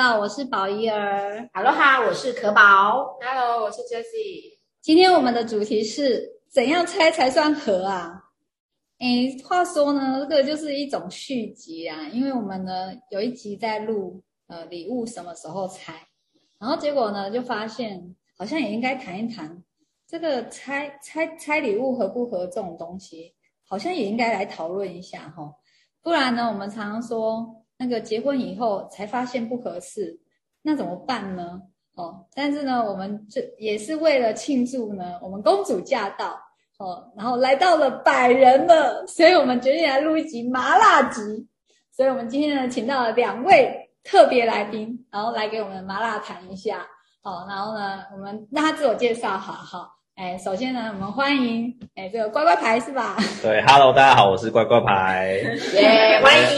好，我是宝仪儿。 Hello 哈，我是可宝。 Hello，我是 Jessie。 今天我们的主题是怎样猜才算合啊？话说呢，这个就是一种续集啊，因为我们呢有一集在录礼物什么时候拆，然后结果呢就发现好像也应该谈一谈这个拆礼物合不合这种东西，好像也应该来讨论一下齁。不然呢，我们常常说那个结婚以后才发现不合适，那怎么办呢？但是呢，我们这也是为了庆祝呢，我们公主驾到然后来到了100人了，所以我们决定来录一集麻辣集。所以我们今天呢，请到了2位特别来宾，然后来给我们麻辣谈一下。然后呢，我们让他自我介绍好。首先呢，我们欢迎这个乖乖牌是吧？ 对 ，Hello， 大家好，我是乖乖牌。 耶，欢迎。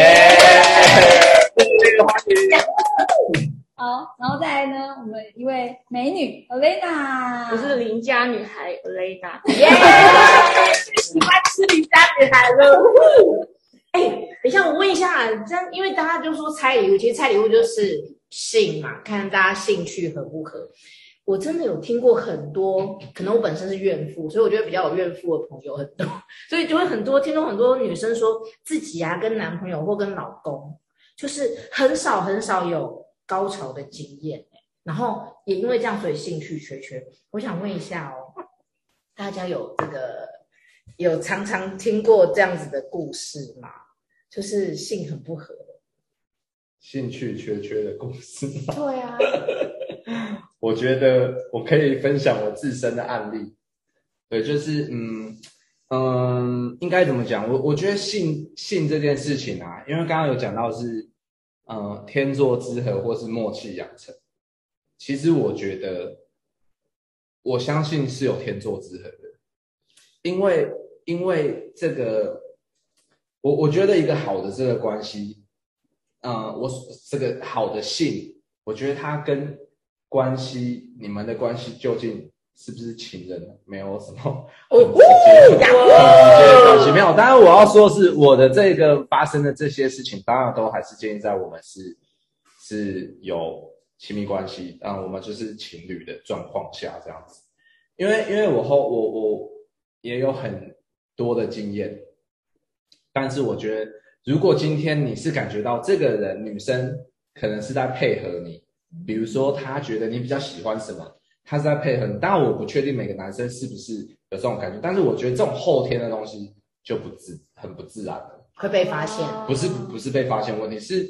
好，然后再来呢，我们一位美女 Elena， 我是邻家女孩 Elena。 耶，喜欢吃邻家女孩了。等一下，我问一下，这样因为大家就说拆礼物，其实拆礼物就是性嘛，看大家兴趣合不合。我真的有听过很多，可能我本身是怨妇，所以我觉得比较有怨妇的朋友很多，所以就会听到很多女生说自己啊跟男朋友或跟老公，就是很少有高潮的经验，然后也因为这样，所以兴趣缺。我想问一下大家有常常听过这样子的故事吗？就是性很不合， 兴趣缺的故事吗？ 对啊。 我觉得我可以分享我自身的案例。对，就是应该怎么讲？我觉得性这件事情啊，因为刚刚有讲到是天作之合或是默契养成。其实我觉得我相信是有天作之合的，因为这个我觉得一个好的这个关系，我这个好的性，我觉得它跟你们的关系究竟是不是情人，没有什么很直接的关系，没有。当然我要说是我的这个发生的这些事情，当然都还是建立在我们是有亲密关系，我们就是情侣的状况下这样子。因为我也有很多的经验，但是我觉得如果今天你是感觉到这个人女生可能是在配合你，比如说他觉得你比较喜欢什么，他是在配合你。当然我不确定每个男生是不是有这种感觉，但是我觉得这种后天的东西就很不自然了， 会被发现。 不是被发现问题，是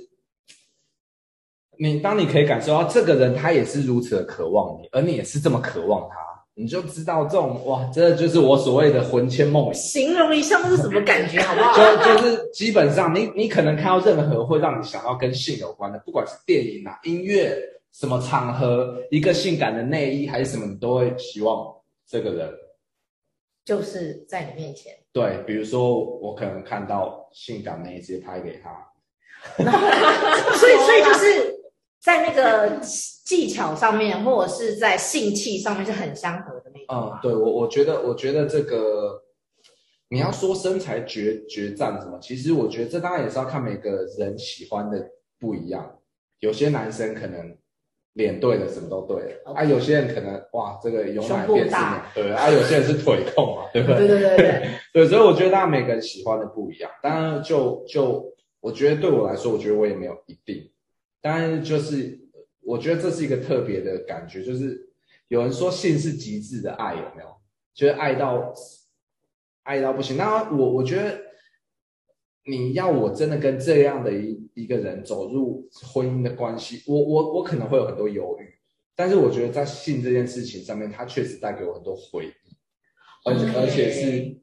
当你可以感受到这个人他也是如此的渴望你，而你也是这么渴望他，你就知道这种哇，这就是我所谓的魂牵梦萦。 形容一下那是什么感觉好不好？ 就是基本上你可能看到任何会让你想到跟性有关的，不管是电影啊、音乐、什么场合，一个性感的内衣还是什么，你都会希望这个人就是在你面前。 对，比如说我可能看到性感内衣直接拍给他， 所以就是在那个技巧上面，或者是在性器上面是很相合的那种。 对，我觉得这个你要说身材决战什么，其实我觉得这当然也是要看每个人喜欢的不一样。有些男生可能脸对了什么都对了，有些人可能哇这个有奶变是美，对有些人是腿控嘛，对不对？ 对对，所以我觉得大家每个人喜欢的不一样。当然就我觉得对我来说，我觉得我也没有一定，当然就是我觉得这是一个特别的感觉，就是有人说性是极致的爱，有没有？就是爱到不行。那我觉得你要我真的跟这样的一个人走入婚姻的关系，我可能会有很多犹豫，但是我觉得在性这件事情上面，它确实带给我很多回忆，而且是，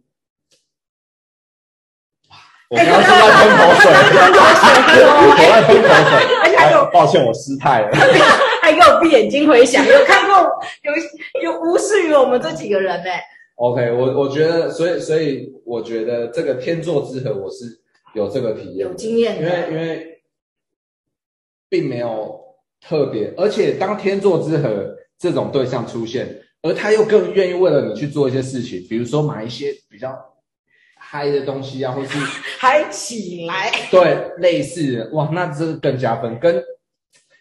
我刚刚是在喷口水，我在喷口水，抱歉，我失态了。 还给我闭眼睛回想，有看过有无视于我们这几个人 OK， 我觉得，所以我觉得这个天作之合，我是有这个体验， 有经验的， 因为并没有特别，而且当天作之合这种对象出现，而他又更愿意为了你去做一些事情，比如说买一些比较嗨的东西啊，或是嗨起来， 对，类似的哇，那这更加分，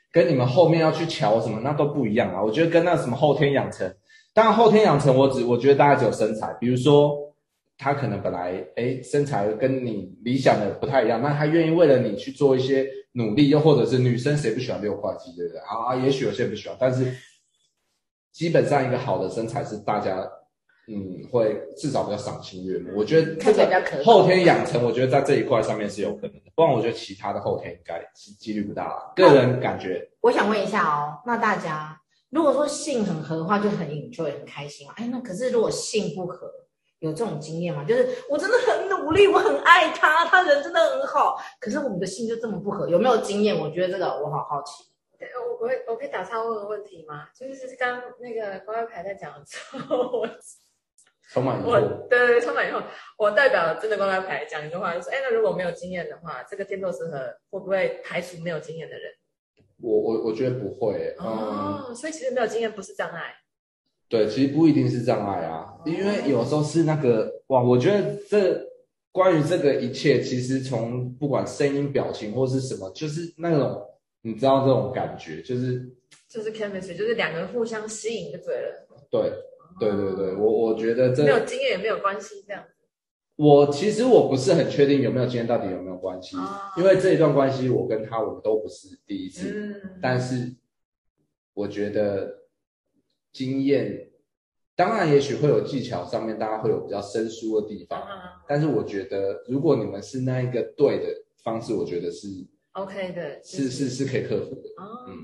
跟你们后面要去瞧什么那都不一样啊。我觉得跟那什么后天养成，当然后天养成我觉得大概只有身材，比如说他可能本来身材跟你理想的不太一样，那他愿意为了你去做一些努力，又或者是女生谁不喜欢6块肌，对不对？也许有些人不喜欢，但是基本上一个好的身材是大家会至少比较赏心悦目。我觉得这个后天养成，我觉得在这一块上面是有可能的，不然我觉得其他的后天应该几率不大啦。个人感觉。 我想问一下哦，那大家如果说性很合的话，就很 enjoy 很开心嘛。那可是如果性不合，有这种经验吗？就是我真的很努力，我很爱他，他人真的很好，可是我们的性就这么不合，有没有经验？我觉得这个我好好奇。 我可以打岔问个问题吗？就是刚那个乖乖牌在讲的时候， 充满疑惑。 对，充满疑惑。我代表真的乖乖牌讲一句话，就是那如果没有经验的话，这个天作之合会不会排除没有经验的人？ 我觉得不会。 所以其实没有经验不是障碍。 对，其实不一定是障碍啊，因为有时候是那个我觉得关于这个一切，其实从不管声音、表情或是什么，就是那种你知道这种感觉，就是 chemistry， 就是两个人互相吸引就对了。 对，我觉得这没有经验也没有关系，这样子。 其实我不是很确定有没有经验到底有没有关系，因为这一段关系我跟他我们都不是第一次，但是我觉得经验当然也许会有技巧上面大家会有比较生疏的地方，但是我觉得如果你们是那一个对的方式，我觉得是 OK 的， 是可以克服的。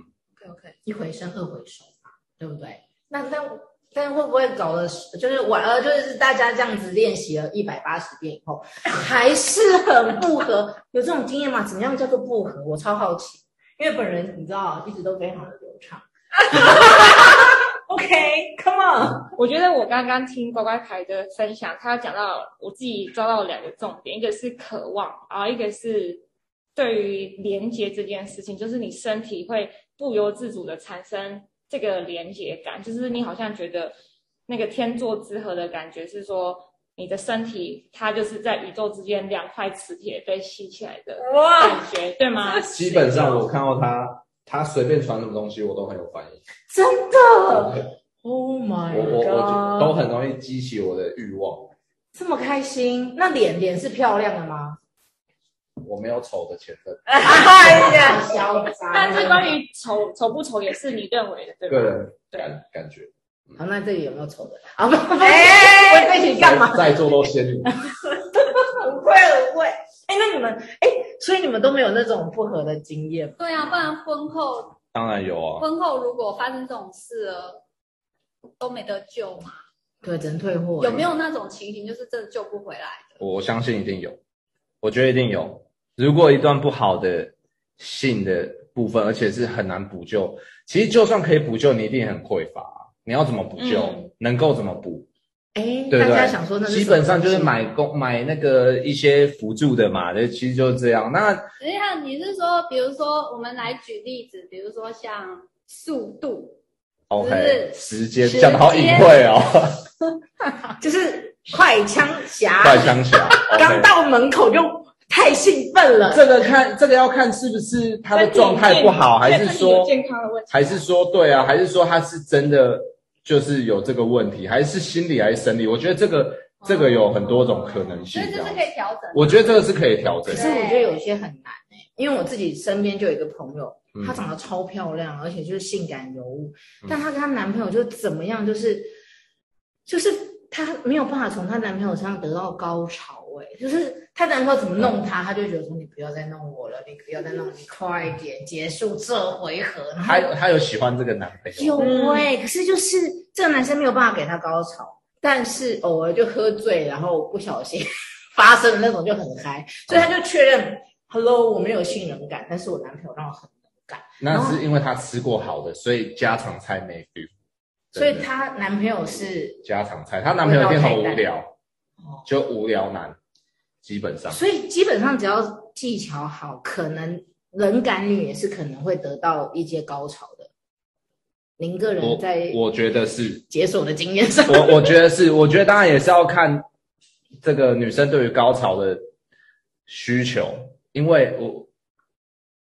OK， 一回生二回熟嘛，对不对？但会不会搞的就是就是大家这样子练习了180遍以后，还是很不合？有这种经验吗？怎么样叫做不合？我超好奇，因为本人你知道一直都非常的流畅。OK，come on。 我觉得我刚刚听乖乖牌的分享，他讲到我自己抓到2个重点，一个是渴望，然后一个是对于连接这件事情，就是你身体会不由自主的产生这个连接感，就是你好像觉得那个天作之合的感觉是说，你的身体它就是在宇宙之间2块磁铁被吸起来的感觉，对吗？ 基本上我看到他随便传什么东西，我都很有反应。 真的 ？Oh my god！ 我都很容易激起我的欲望。 这么开心？那脸是漂亮的吗？ 我没有丑的前分。 哎呀，嚣张！ 但是关于丑不丑也是你认为的，对吧？ 个人感觉。 好，那这里有没有丑的？啊，不，我在一起干嘛？ 在座都仙女。 不会。那你们所以你们都没有那种不合的经验？ 对啊，不然婚后当然有啊。 婚后如果发生这种事了，都没得救嘛。 对，只能退货。 有没有那种情形，就是真的救不回来的？ 我相信一定有，我觉得一定有。如果一段不好的性的部分，而且是很难补救，其实就算可以补救，你一定很匮乏。你要怎么补救？能够怎么补？对不对？ 大家想说那是基本上就是买那个一些辅助的嘛，其实就是这样。那等一下，你是说，比如说我们来举例子，比如说像速度 ，OK， 时间讲得好隐晦哦， 就是快枪侠，刚到门口就太兴奋了。 这个要看是不是他的状态不好，还是说健康的问题， 还是说对啊，还是说他是真的就是有这个问题，还是心理还是生理？我觉得这个有很多种可能性， 所以这是可以调整。 我觉得这个是可以调整。 可是我觉得有些很难因为我自己身边就有一个朋友，她长得超漂亮，而且就是性感尤物，但她跟她男朋友就怎么样，就是她没有办法从她男朋友身上得到高潮就是她男朋友怎么弄她，她就觉得说你不要再弄我了，你不要再弄，你快一点结束这回合。 她有喜欢这个男朋友？ 有可是就是这个男生没有办法给她高潮，但是偶尔就喝醉，然后不小心发生的那种就很嗨，所以她就确认。Hello， 我没有性能感，但是我男朋友让我很能感。 那是因为他吃过好的，所以家常菜没 feel。 所以她男朋友是家常菜，她男朋友一定很无聊，就无聊男，基本上。 所以基本上只要技巧好，可能人感女也是可能会得到一些高潮的。您个人在我觉得是解锁的经验上， 我觉得是，我觉得当然也是要看这个女生对于高潮的需求。因为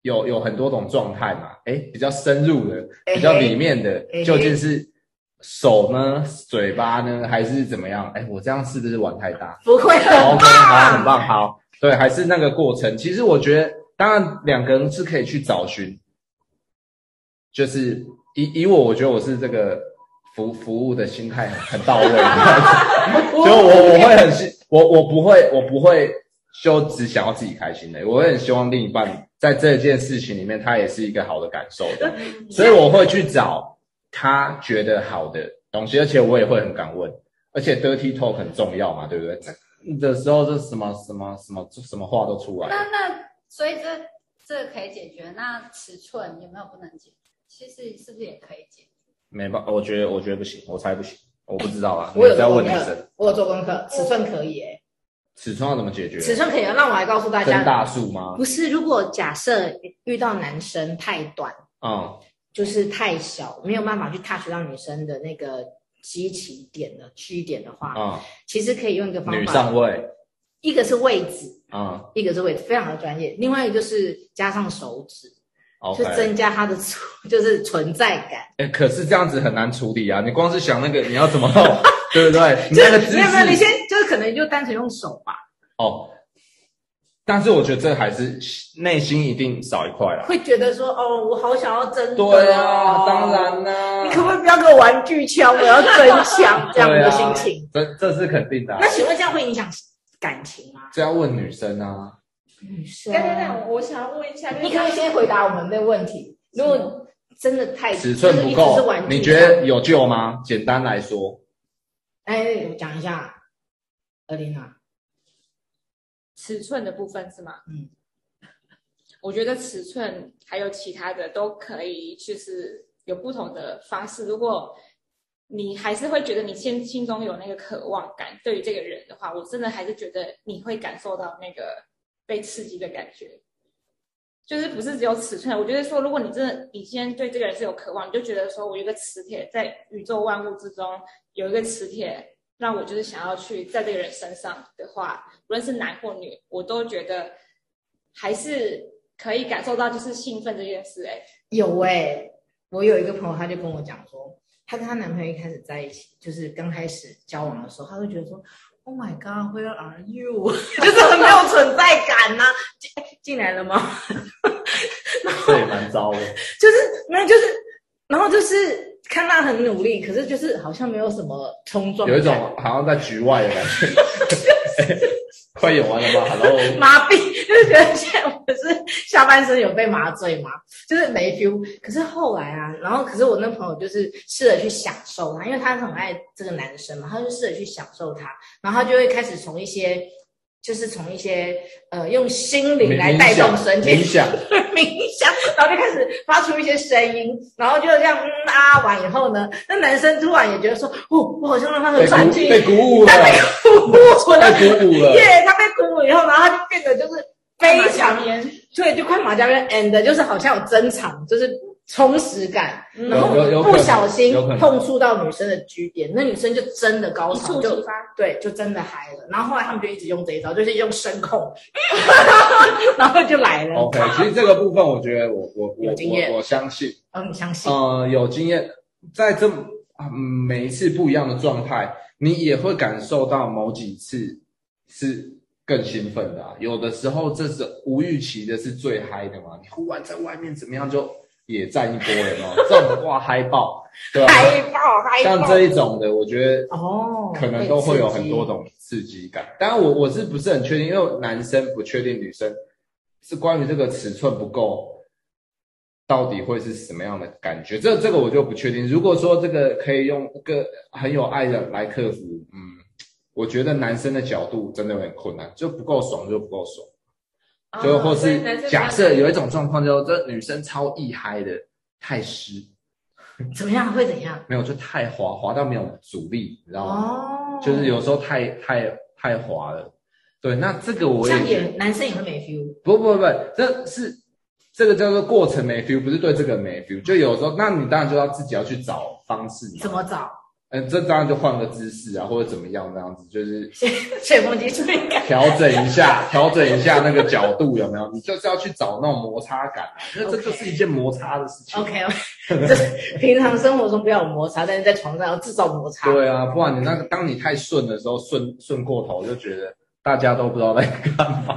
有很多种状态嘛，比较深入的，比较里面的，究竟是手呢、嘴巴呢，还是怎么样？我这样是不是玩太大？ 不会，很棒， OK， 好，很棒，好，对，还是那个过程。其实我觉得，当然两个人是可以去找寻，就是以我觉得我是这个服务的心态很到位，就我会很我不会就只想要自己开心的，我会很希望另一半在这件事情里面，他也是一个好的感受的，所以我会去找他觉得好的东西，而且我也会很敢问，而且 dirty talk 很重要嘛，对不对？的时候就什么话都出来了。 那所以这可以解决。那尺寸有没有不能解决？其实是不是也可以解决？ 没办法，我觉得不行，我猜不行，我不知道啊。 我有在做功课问女生， 我有做功课，尺寸可以尺寸要怎么解决？ 尺寸可以，让我来告诉大家。 增大数吗？ 不是，如果假设遇到男生太短，就是太小，没有办法去 touch 到女生的那个基起点的G点的话，其实可以用一个方法， 女上位， 一个是位置，一个是位置，非常的专业。另外一个就是加上手指，就增加它的就是存在感。 可是这样子很难处理啊！你光是想那个你要怎么弄，对不对？你那个姿势， 没有，你先就是可能就单纯用手吧。 但是我觉得这还是内心一定少一块啦。 会觉得说我好想要真的。 对啊，当然啦。 你可不可以不要给我玩具枪，我要真枪这样的心情？ 这是肯定的。 那请问这样会影响感情吗？ 这要问女生啊。 女生。 对，我想要问一下， 你可以先回答我们的问题。如果真的太尺寸不够，你觉得有救吗？简单来说， 我讲一下，Alina， 尺寸的部分是吗？我觉得尺寸还有其他的都可以，就是有不同的方式。如果你还是会觉得你心中有那个渴望感，对于这个人的话，我真的还是觉得你会感受到那个被刺激的感觉。就是不是只有尺寸，我觉得说，如果你今天对这个人是有渴望，你就觉得说我有一个磁铁在宇宙万物之中有一个磁铁，让我就是想要去在这个人身上的话，无论是男或女，我都觉得还是可以感受到就是兴奋这件事。 有我有一个朋友，他就跟我讲说，她跟她男朋友一开始在一起，就是刚开始交往的时候，他会觉得说 ，Oh my God, where are you？ 就是很没有存在感呐。进来了吗？ 这也蛮糟的。 就是没有，就是然后就是看他很努力，可是就是好像没有什么冲撞感， 有一种好像在局外的感觉。快演完了吗 ？Hello， 麻痹，就是觉得现在我是下半身有被麻醉嘛，就是没 feel。可是后来啊，然后可是我那朋友就是试着去享受他，因为他很爱这个男生嘛，他就试着去享受他，然后他就会开始从一些用心灵来带动身体冥想， 然后就开始发出一些声音，然后就这样完以后呢，那男生突然也觉得说，我好像让他很喘气， 被鼓舞了， 他被鼓舞了， 耶， 他被鼓舞以后，然后他就变得就是非常对，就快马加鞭 ，and 就是好像有增长，就是充实感，然后不小心碰触到女生的G点，那女生就真的高潮，就真的嗨了。然后后来他们就一直用这一招，就是用声控，然后就来了。 OK， 其实这个部分我觉得我相信， 你相信？ 有经验，在每一次不一样的状态，你也会感受到某几次是更兴奋的有的时候这是无预期的，是最嗨的嘛。你忽然在外面怎么样就野战一波了嘛，这种哇嗨爆，对吧？嗨爆！像这一种的，我觉得可能都会有很多种刺激感。当然我是不是很确定，因为男生不确定女生是关于这个尺寸不够，到底会是什么样的感觉？这个我就不确定。如果说这个可以用一个很有爱的来克服，我觉得男生的角度真的有点困难，就不够爽就不够爽。就或是假设有一种状况，就这女生超易嗨的，太湿， 怎么样？会怎样？ 没有，就太滑到没有阻力，你知道吗？就是有时候太滑了。对，那这个我也男生也会没 feel。 不，这个叫做过程没 feel， 不是对这个没 feel。就有时候，那你当然就要自己要去找方式。 怎么找？ 这当然就换个姿势啊，或者怎么样这样子，就是吹风机吹感， 调整一下那个角度有没有？你就是要去找那种摩擦感啊，因为这就是一件摩擦的事情。 OK， 就是平常生活中不要有摩擦，但是在床上要制造摩擦。 对啊，不然你当你太顺的时候，顺过头，就觉得大家都不知道在干嘛。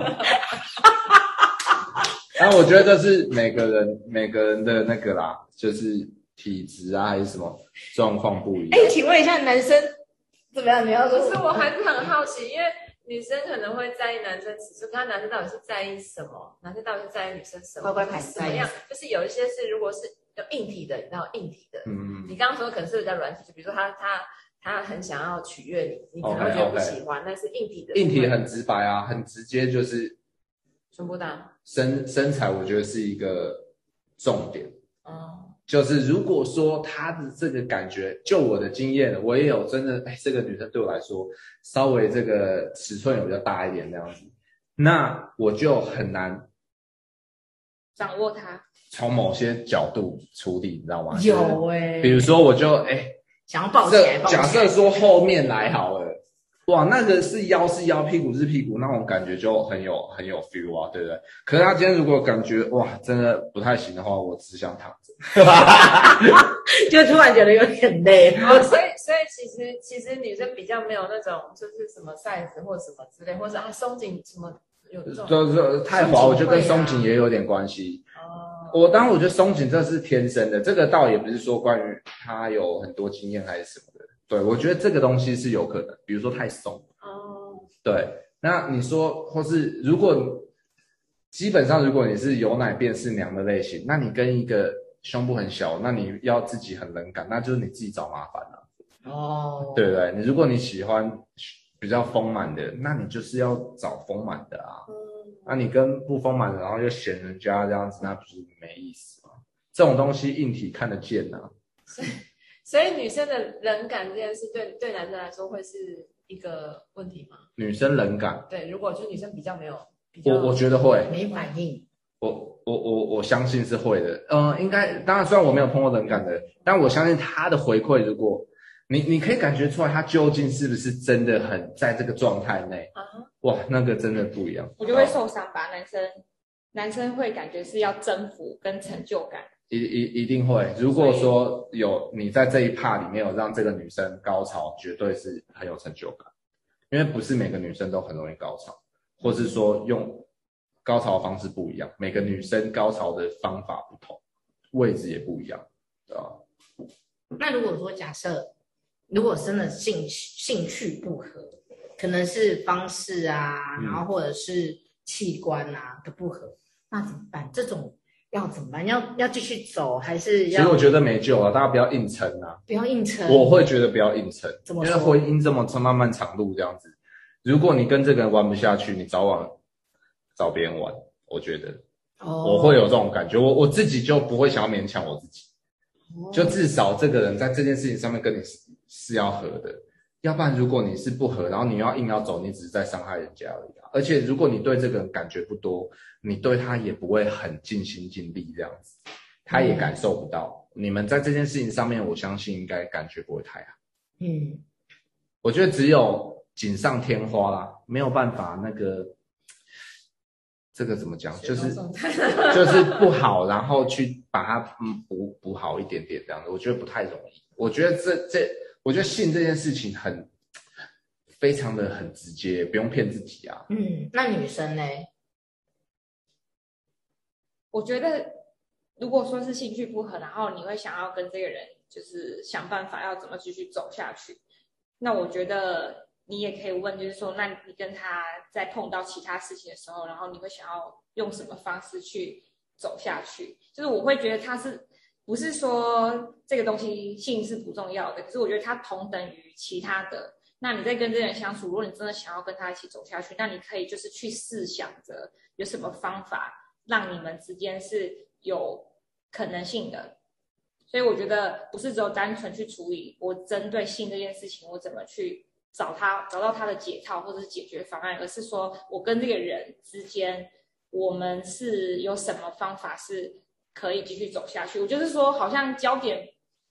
然后我觉得这是每个人的那个啦，就是体质啊还是什么状况不一样。 请问一下男生怎么样？你要说可是我还是很好奇，因为女生可能会在意男生尺寸，看男生到底是在意什么，男生到底是在意女生什么， 乖乖牌怎么样？就是有一些是如果是有硬体的，你知道硬体的，你刚刚说可能是比较软体，就比如说他很想要取悦你，你可能会觉得不喜欢，但是硬体的硬体很直白啊，很直接，就是胸部大， 身材我觉得是一个重点。就是如果说他的这个感觉，就我的经验，我也有真的，这个女生对我来说稍微这个尺寸有比较大一点这样子，那我就很难掌握它， 从某些角度处理，你知道吗？ 有比如说我就想要抱起来， 假设说后面来好了，哇，那个是腰是腰，屁股是屁股，那种感觉就很有 feel 啊，对不对？可是他今天如果感觉哇，真的不太行的话，我只想躺着， 就突然觉得有点累。 所以其实女生比较没有那种就是什么 size 或什么之类，或者松紧什么有这种， 就是太滑，我觉得跟松紧也有点关系。当然我觉得松紧这是天生的，这个倒也不是说关于他有很多经验还是什么的。对，我觉得这个东西是有可能，比如说太松。对，那你说，或是基本上如果你是有奶便是娘的类型，那你跟一个胸部很小，那你要自己很冷感，那就是你自己找麻烦了。对不对？如果你喜欢比较丰满的，那你就是要找丰满的啊。那你跟不丰满的，然后又嫌人家这样子，那不是没意思吗？这种东西硬体看得见啊。 所以女生的冷感这件事对男生来说会是一个问题吗？ 女生冷感， 对，如果就是女生比较我觉得会没反应。 我相信是会的。应该当然虽然我没有碰过冷感的，但我相信他的回馈，如果你可以感觉出来他究竟是不是真的很在这个状态内。哇，那个真的不一样。 我就会受伤吧，男生会感觉是要征服跟成就感。 一定会。如果说你在这一 part 里面有让这个女生高潮，绝对是很有成就感，因为不是每个女生都很容易高潮，或是说用高潮的方式不一样，每个女生高潮的方法不同，位置也不一样，对吧？ 那如果说假设，如果真的兴趣不合，可能是方式啊，然后或者是器官啊的不合，那怎么办？这种要怎么办？要继续走，还是要？ 其实我觉得没救了，大家不要硬撑啊！ 不要硬撑。 我会觉得不要硬撑， 怎么说？ 因为婚姻这么漫漫长路这样子，如果你跟这个人玩不下去，你早晚找别人玩。我觉得，我会有这种感觉，我自己就不会想要勉强我自己，就至少这个人在这件事情上面跟你是要合的。要不然，如果你是不合，然后你硬要走，你只是在伤害人家而已。而且，如果你对这个人感觉不多，你对他也不会很尽心尽力这样子，他也感受不到。你们在这件事情上面，我相信应该感觉不会太好。我觉得只有锦上添花啦，没有办法那个，这个怎么讲？就是不好，然后去把它补好一点点这样子，我觉得不太容易。我觉得我觉得性这件事情非常的很直接，不用骗自己啊。 那女生呢？ 我觉得如果说是兴趣不合，然后你会想要跟这个人就是想办法要怎么继续走下去，那我觉得你也可以问，就是说，那你跟他在碰到其他事情的时候，然后你会想要用什么方式去走下去？就是我会觉得他是不是说这个东西性是不重要的，可是我觉得它同等于其他的。那你在跟这个人相处，如果你真的想要跟他一起走下去，那你可以就是去试想着有什么方法让你们之间是有可能性的。所以我觉得不是只有单纯去处理我针对性这件事情我怎么去找到他的解套或者是解决方案，而是说我跟这个人之间我们是有什么方法是可以继续走下去。我就是说好像焦点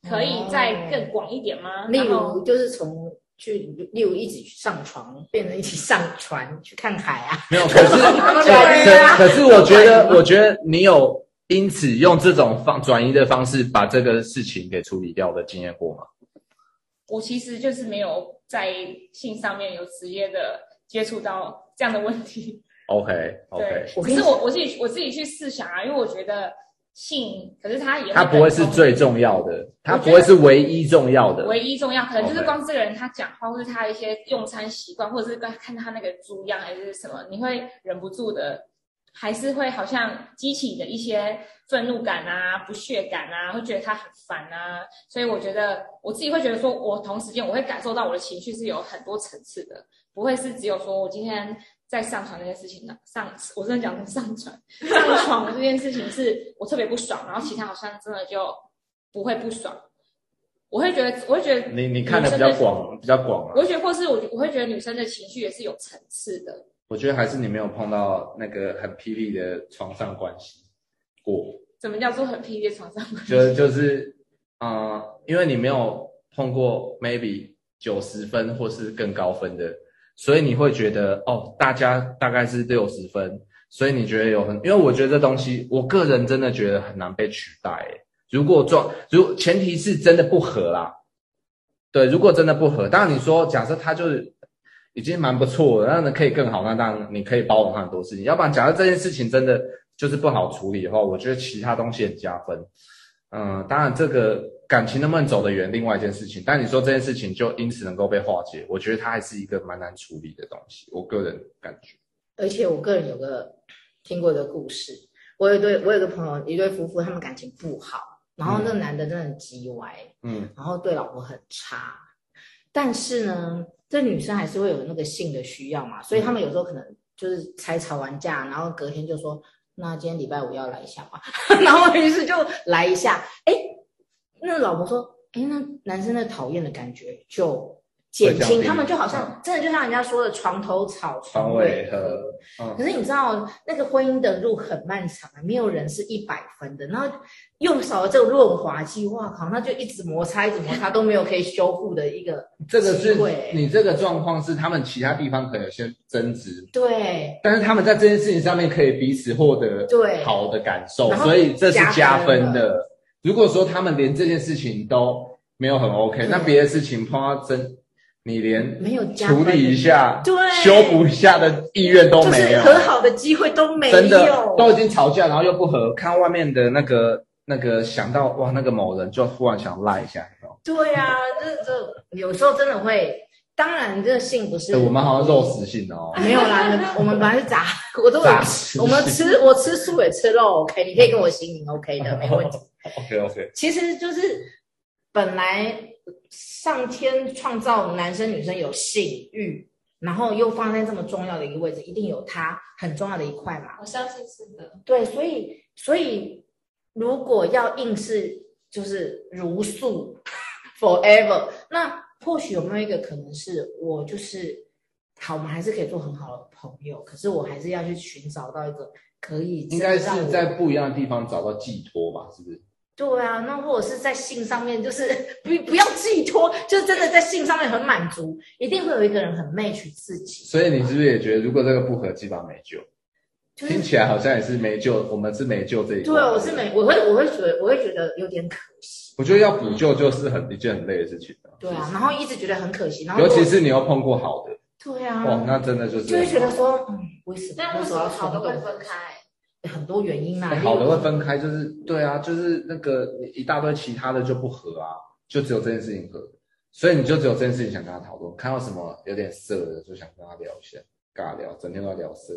可以再更广一点吗？ 例然后如就是例如一起上床，变成一起上船去看海啊。 没有，可是我觉得你有因此用这种转移的方式把这个事情给处理掉的经验过吗？ 我其实就是没有在性上面有直接的接触到这样的问题。 OK， 对，可是我自己去试想啊，因为我觉得性，可是它不会是最重要的，它不会是唯一重要的， 唯一重要可能就是光这个人他讲话，或是他一些用餐习惯，或者是看他那个猪样还是什么，你会忍不住的，还是会好像激起你的一些愤怒感啊、不屑感啊，会觉得他很烦啊。所以我觉得我自己会觉得说，我同时间我会感受到我的情绪是有很多层次的，不会是只有说我今天在上船这件事情我真的讲成上床这件事情是我特别不爽，然后其他好像真的就不会不爽。我会觉得你看的比较广啊。 我会觉得，或是我会觉得女生的情绪也是有层次的。 我觉得还是你没有碰到那个很霹雳的床上关系过。 什么叫做很霹雳的床上关系？ 就是因为你没有碰过 maybe 90分或是更高分的，所以你会觉得大家大概是60分，所以你觉得因为我觉得这东西，我个人真的觉得很难被取代。如前提是真的不合啦，对，如果真的不合，当然你说假设他就是已经蛮不错的，那可以更好，那当然你可以包容他很多事情。要不然假设这件事情真的就是不好处理的话，我觉得其他东西很加分。当然这个感情能不能走得远，另外一件事情。但你说这件事情就因此能够被化解，我觉得它还是一个蛮难处理的东西，我个人感觉。 而且我个人听过一个故事，我有个朋友，一对夫妇，他们感情不好，然后那个男的真的很叽歪，然后对老婆很差，但是呢，这女生还是会有那个性的需要嘛，所以他们有时候可能就是才吵完架，然后隔天就说，那今天礼拜5要来一下吧，然后于是就来一下，那老婆说，那男生的讨厌的感觉就减轻，他们就好像真的就像人家说的床头吵床尾和。可是你知道那个婚姻的路很漫长，没有人是100分的，然后用少了这个润滑剂，哇靠，那就一直摩擦都没有可以修复的一个这个是你这个状况是他们其他地方可能有些争执， 对， 但是他们在这件事情上面可以彼此获得好的感受，所以这是加分的。如果说他们连这件事情都没有很 OK， 那别的事情碰到你连没有处理一下、 对， 修补一下的意愿都没有， 就是和好的机会都没有， 真的都已经吵架，然后又不和，看外面的那个想到哇那个某人就忽然想赖一下， 对啊，这有时候真的会。当然，这个性不是我们好像肉食性的没有啦，我们本来是我都有我吃素也吃肉 ，OK， 你可以跟我行，你 OK 的，没问题。 OK， 其实就是本来上天创造男生女生有性欲，然后又放在这么重要的一个位置，一定有它很重要的一块嘛。 我相信是的。 对，所以如果要硬是就是如素 forever， 那或许有没有一个可能是我就是好，我们还是可以做很好的朋友，可是我还是要去寻找到一个可以应该是在不一样的地方找到寄托吧，是不是？ 对啊，那或者是在性上面，就是不要寄托，就是真的在性上面很满足，一定会有一个人很 match 自己。 所以你是不是也觉得，如果这个不合，基本上没救？听起来好像也是没救，我们是没救这一块。 对，我会觉得有点可惜。 我觉得要补救就是一件很累的事情。 对啊，然后一直觉得很可惜，然后尤其是你又碰过好的。 对啊。 哇，那真的就会觉得说，为什么要好的会分开？ 很多原因啦。 好的会分开，就是对啊，就是那个一大堆其他的就不合啊，就只有这件事情合，所以你就只有这件事情想跟他讨论，看到什么有点色的就想跟他聊一下，尬聊，整天都在聊色。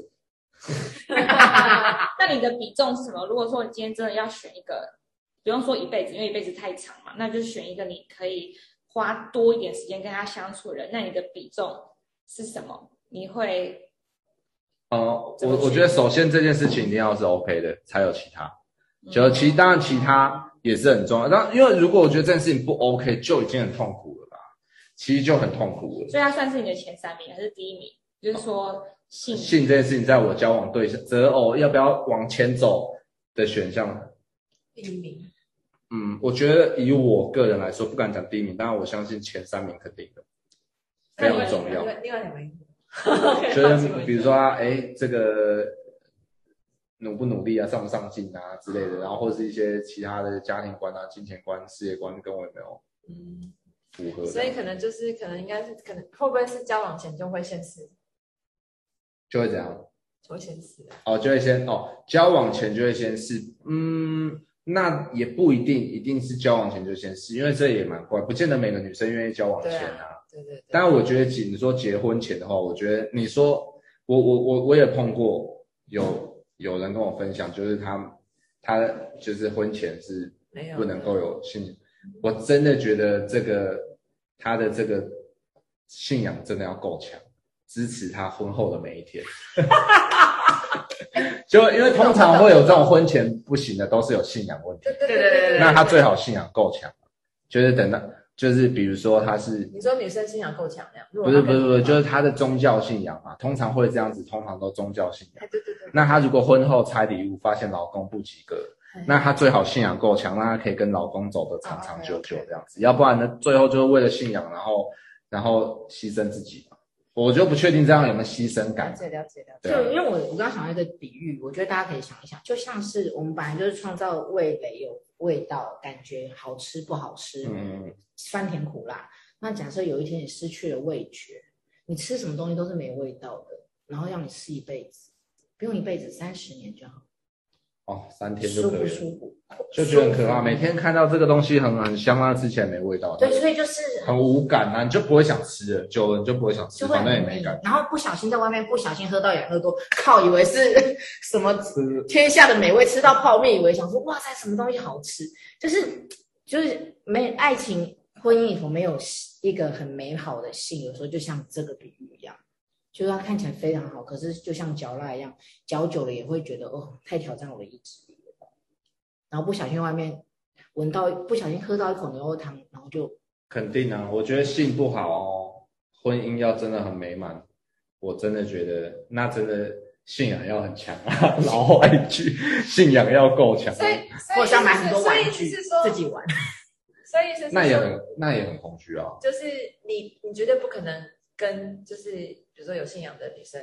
那你的比重是什么？如果说你今天真的要选一个，不用说一辈子，因为一辈子太长嘛，那就选一个你可以花多一点时间跟他相处的人，那你的比重是什么？你会？ 我觉得首先这件事情一定要是 OK 的，才有其他。当然其他也是很重要，但因为如果我觉得这件事情不 OK， 就已经很痛苦了吧？其实就很痛苦了。 所以它算是你的前3名还是第1名？就是说性这件事情，在我交往对象择偶要不要往前走的选项， 第1名。 我觉得以我个人来说，不敢讲第一名，当然我相信前3名肯定的，非常重要。 另外2名， 觉得比如说这个努不努力啊，上不上进啊之类的，然后或是一些其他的家庭观啊、金钱观、事业观跟我有没有符合？ 所以可能应该是会不会是交往前就会先试， 就会怎样？ 就会先试就会先交往前就会先试，那也不一定，一定是交往前就先试，因为这也蛮怪，不见得每个女生愿意交往前啊。 对。 当然，我觉得你说结婚前的话，我觉得你说我也碰过有人跟我分享，就是他就是婚前是不能够有性，我真的觉得他的这个信仰真的要够强，支持他婚后的每一天。就因为通常会有这种婚前不行的，都是有信仰问题。 对。 那他最好信仰够强，就是等到就是比如说他是你说女生信仰够强那样， 不是，就是他的宗教信仰嘛，通常会这样子，通常都宗教信仰。 对。 那他如果婚后拆礼物，发现老公不及格，那他最好信仰够强，让他可以跟老公走得长长久久这样子。要不然呢，最后就是为了信仰，然后牺牲自己嘛。我就不确定这样有没有牺牲感。 了解。 就因为我刚想到一个比喻，我觉得大家可以想一想，就像是我们本来就是创造味蕾有味道，感觉好吃不好吃，酸甜苦辣。那假设有一天你失去了味觉，你吃什么东西都是没味道的，然后让你吃一辈子，不用一辈子，30年就好。 3天就可以了， 舒服， 就觉得很可怕。每天看到这个东西很香啊，吃起来没味道。 对，所以就是很无感啊，你就不会想吃了，久了你就不会想吃，反正也没感觉。 然后不小心在外面不小心喝到养乐多，以为是什么天下的美味，吃到泡面以为想说哇塞什么东西好吃，就是没爱情婚姻里头没有一个很美好的性，有时候就像这个比喻一样。就是它看起来非常好，可是就像嚼蜡一样，嚼久了也会觉得太挑战我的意志力了。然后不小心外面不小心喝到一口牛肉汤，然后就肯定啊，我觉得性不好婚姻要真的很美满，我真的觉得那真的信仰要很强啊。老话一句，信仰要够强。 所以我想买很多玩具自己玩。 所以是那也很恐惧啊。 就是你绝对不可能跟就是比如说有信仰的女生，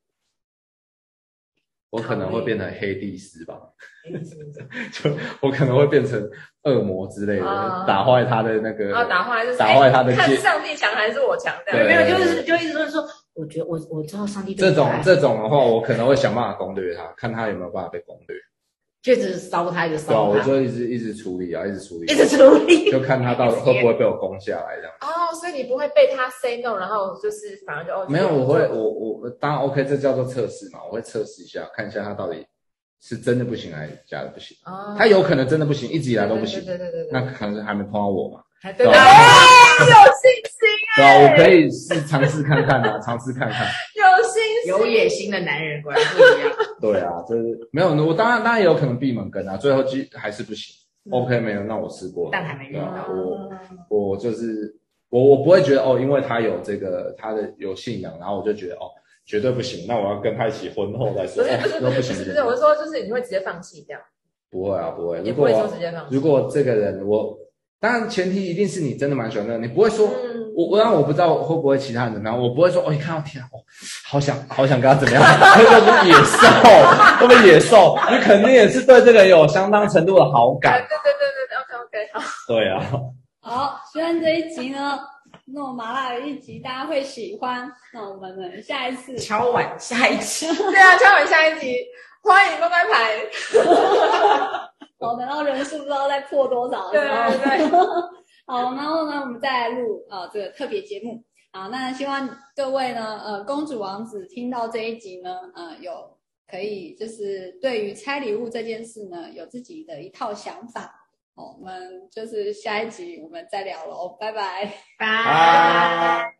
我可能会变成黑帝斯吧，就我可能会变成恶魔之类的，打坏他的那个， 打坏他的看上帝强还是我强这样？ 没有，就一直说，我觉得我知道上帝这种的话，我可能会想办法攻略他，看他有没有办法被攻略。 就一直烧他，一直烧他。 对啊，我就一直处理啊，一直处理，就看他到底会不会被我攻下来这样。 所以你不会被他 say no， 然后就是反而就没有，我当然 OK， 这叫做测试嘛，我会测试一下，看一下他到底是真的不行还是假的不行。他有可能真的不行，一直以来都不行。对，那可能是还没碰到我嘛。 对，有信心对啊，我可以尝试看看啊，尝试看看。 有信心， 有野心的男人果然不一样。 对啊，就是没有，我当然也有可能闭门羹啊，最后还是不行。OK， 没有，那我试过了， 但还没遇到。 我就是我不会觉得因为他有这个他的有信仰，然后我就觉得绝对不行，那我要跟他一起婚后再说。不行， 我是说就是你会直接放弃掉？ 不会啊，不会。 也不会说直接放弃。 如果这个人当然前提一定是你真的蛮喜欢的，你不会说我不知道会不会其他人怎么样，我不会说你看到天啊，好想跟他怎么样，会不会野兽？会不会野兽？你肯定也是对这个人有相当程度的好感。 对，OK， 好。 对啊。 好，希望这一集呢，那么麻辣的一集大家会喜欢。那我们下一次敲碗下一集。 对啊，敲碗下一集，欢迎乖乖牌。 等到人数不知道再破多少的时候。对。好，然后呢，我们再来录这个特别节目。好，那希望各位呢，公主王子听到这一集呢，有可以就是对于拆礼物这件事呢，有自己的一套想法。我们就是下一集我们再聊喽，拜拜。 拜。